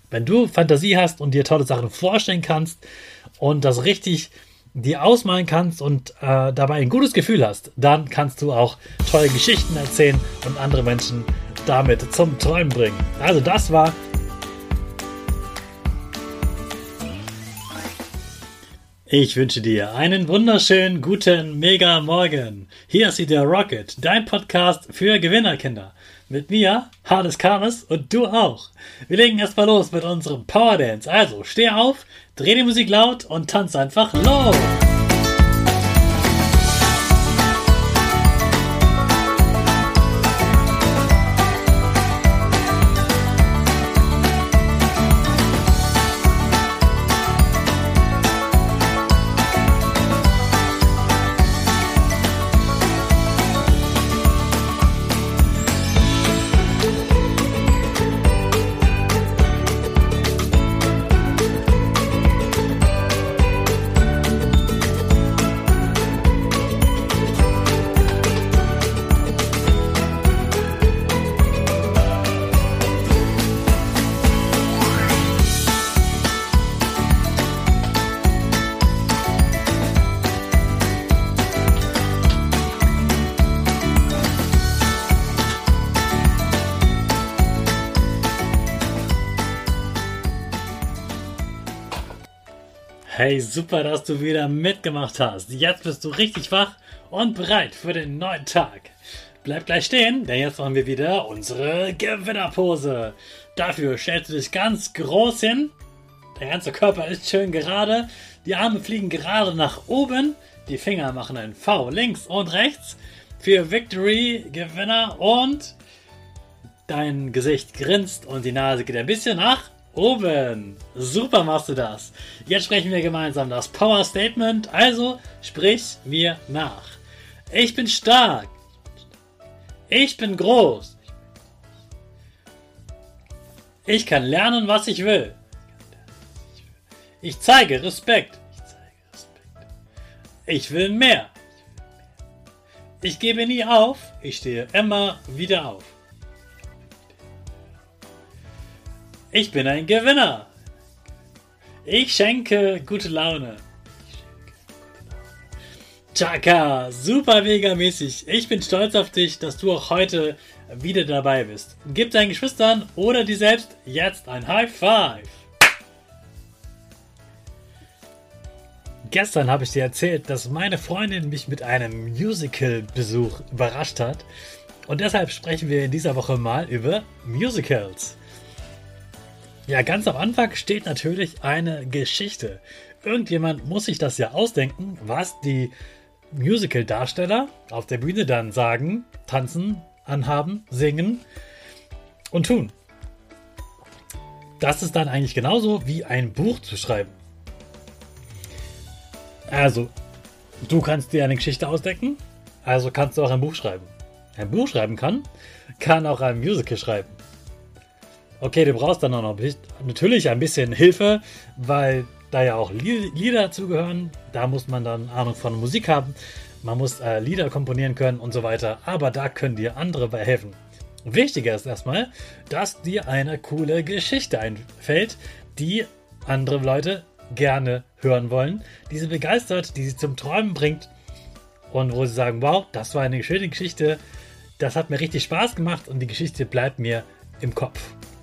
Wenn du Fantasie hast und dir tolle Sachen vorstellen kannst und das richtig dir ausmalen kannst und dabei ein gutes Gefühl hast, dann kannst du auch tolle Geschichten erzählen und andere Menschen damit zum Träumen bringen. Also das war Ich wünsche dir einen wunderschönen, guten, mega Morgen. Hier ist wieder Rocket, dein Podcast für Gewinnerkinder. Mit mir, Hannes Karnes und du auch. Wir legen erstmal los mit unserem Power Dance. Also steh auf, dreh die Musik laut und tanz einfach los. Hey, super, dass du wieder mitgemacht hast. Jetzt bist du richtig wach und bereit für den neuen Tag. Bleib gleich stehen, denn jetzt machen wir wieder unsere Gewinnerpose. Dafür stellst du dich ganz groß hin. Der ganze Körper ist schön gerade. Die Arme fliegen gerade nach oben. Die Finger machen ein V links und rechts. Für Victory, Gewinner, und dein Gesicht grinst und die Nase geht ein bisschen nach oben. Super machst du das. Jetzt sprechen wir gemeinsam das Power Statement. Also sprich mir nach. Ich bin stark. Ich bin groß. Ich kann lernen, was ich will. Ich zeige Respekt. Ich will mehr. Ich gebe nie auf. Ich stehe immer wieder auf. Ich bin ein Gewinner. Ich schenke gute Laune. Chaka, super mega mäßig. Ich bin stolz auf dich, dass du auch heute wieder dabei bist. Gib deinen Geschwistern oder dir selbst jetzt ein High Five. Gestern habe ich dir erzählt, dass meine Freundin mich mit einem Musical-Besuch überrascht hat. Und deshalb sprechen wir in dieser Woche mal über Musicals. Ja, ganz am Anfang steht natürlich eine Geschichte. Irgendjemand muss sich das ja ausdenken, was die Musical-Darsteller auf der Bühne dann sagen, tanzen, anhaben, singen und tun. Das ist dann eigentlich genauso wie ein Buch zu schreiben. Also, du kannst dir eine Geschichte ausdenken, also kannst du auch ein Buch schreiben. Ein Buch schreiben kann auch ein Musical schreiben. Okay, du brauchst dann auch noch natürlich ein bisschen Hilfe, weil da ja auch Lieder dazugehören. Da muss man dann Ahnung von Musik haben. Man muss Lieder komponieren können und so weiter. Aber da können dir andere bei helfen. Wichtiger ist erstmal, dass dir eine coole Geschichte einfällt, die andere Leute gerne hören wollen, die sie begeistert, die sie zum Träumen bringt und wo sie sagen, wow, das war eine schöne Geschichte, das hat mir richtig Spaß gemacht und die Geschichte bleibt mir im Kopf.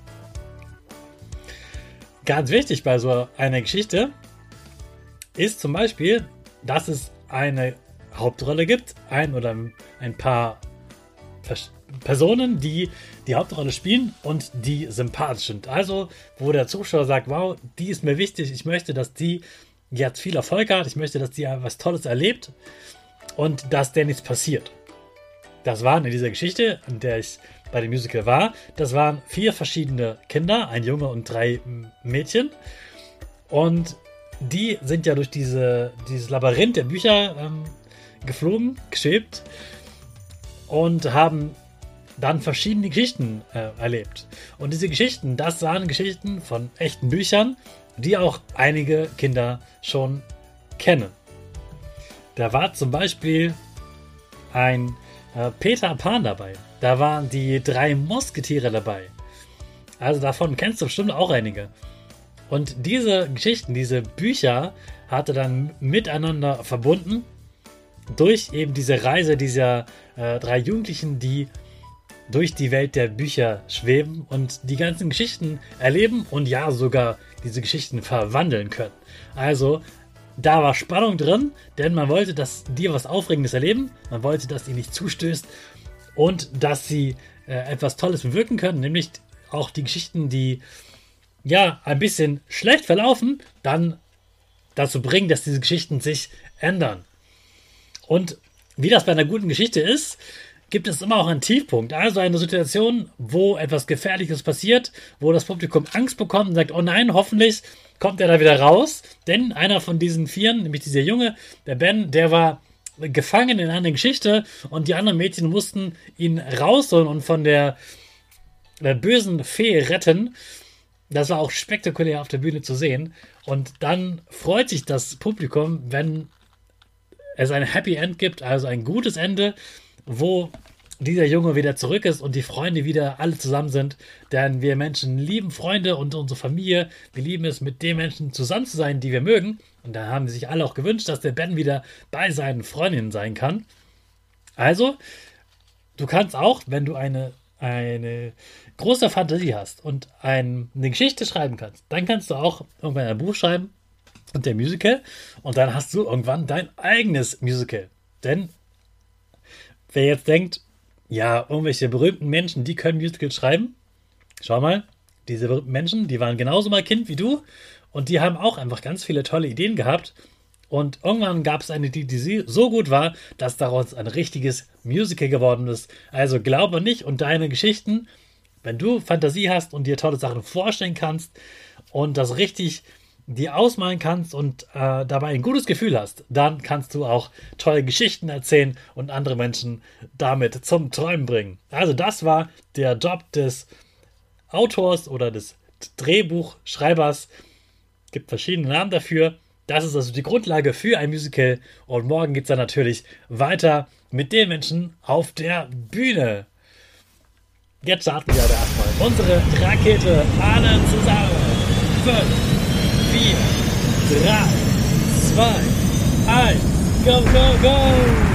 Ganz wichtig bei so einer Geschichte ist zum Beispiel, dass es eine Hauptrolle gibt, ein oder ein paar Personen, die die Hauptrolle spielen und die sympathisch sind. Also, wo der Zuschauer sagt, wow, die ist mir wichtig, ich möchte, dass die jetzt viel Erfolg hat, ich möchte, dass die was Tolles erlebt und dass der nichts passiert. Das waren in dieser Geschichte, in der ich bei dem Musical war, das waren 4 verschiedene Kinder, ein Junge und 3 Mädchen. Und die sind ja durch dieses Labyrinth der Bücher geflogen, geschwebt und haben dann verschiedene Geschichten erlebt. Und diese Geschichten, das waren Geschichten von echten Büchern, die auch einige Kinder schon kennen. Da war zum Beispiel ein Peter Pan dabei. Da waren die 3 Musketiere dabei. Also davon kennst du bestimmt auch einige. Und diese Geschichten, diese Bücher hat er dann miteinander verbunden durch eben diese Reise dieser 3 Jugendlichen, die durch die Welt der Bücher schweben und die ganzen Geschichten erleben und ja sogar diese Geschichten verwandeln können. Also da war Spannung drin, denn man wollte, dass die was Aufregendes erleben, man wollte, dass ihnen nicht zustößt und dass sie etwas Tolles bewirken können, nämlich auch die Geschichten, die ja ein bisschen schlecht verlaufen, dann dazu bringen, dass diese Geschichten sich ändern. Und wie das bei einer guten Geschichte ist, gibt es immer auch einen Tiefpunkt. Also eine Situation, wo etwas Gefährliches passiert, wo das Publikum Angst bekommt und sagt, oh nein, hoffentlich kommt er da wieder raus. Denn einer von diesen 4, nämlich dieser Junge, der Ben, der war gefangen in einer Geschichte und die anderen Mädchen mussten ihn rausholen und von der bösen Fee retten. Das war auch spektakulär auf der Bühne zu sehen. Und dann freut sich das Publikum, wenn es ein Happy End gibt, also ein gutes Ende, wo dieser Junge wieder zurück ist und die Freunde wieder alle zusammen sind. Denn wir Menschen lieben Freunde und unsere Familie. Wir lieben es, mit den Menschen zusammen zu sein, die wir mögen. Und da haben sich alle auch gewünscht, dass der Ben wieder bei seinen Freundinnen sein kann. Also, du kannst auch, wenn du eine große Fantasie hast und eine Geschichte schreiben kannst, dann kannst du auch irgendwann ein Buch schreiben und der Musical und dann hast du irgendwann dein eigenes Musical. Denn wer jetzt denkt, ja, irgendwelche berühmten Menschen, die können Musicals schreiben, schau mal, diese berühmten Menschen, die waren genauso mal Kind wie du und die haben auch einfach ganz viele tolle Ideen gehabt und irgendwann gab es eine, die so gut war, dass daraus ein richtiges Musical geworden ist. Also glaube nicht und deine Geschichten, wenn du Fantasie hast und dir tolle Sachen vorstellen kannst und das richtig dir ausmalen kannst und dabei ein gutes Gefühl hast, dann kannst du auch tolle Geschichten erzählen und andere Menschen damit zum Träumen bringen. Also das war der Job des Autors oder des Drehbuchschreibers. Es gibt verschiedene Namen dafür. Das ist also die Grundlage für ein Musical und morgen geht es dann natürlich weiter mit den Menschen auf der Bühne. Jetzt starten wir aber erstmal unsere Rakete. Alle zusammen. 5, 4, 3, 2, 1, go, go, go!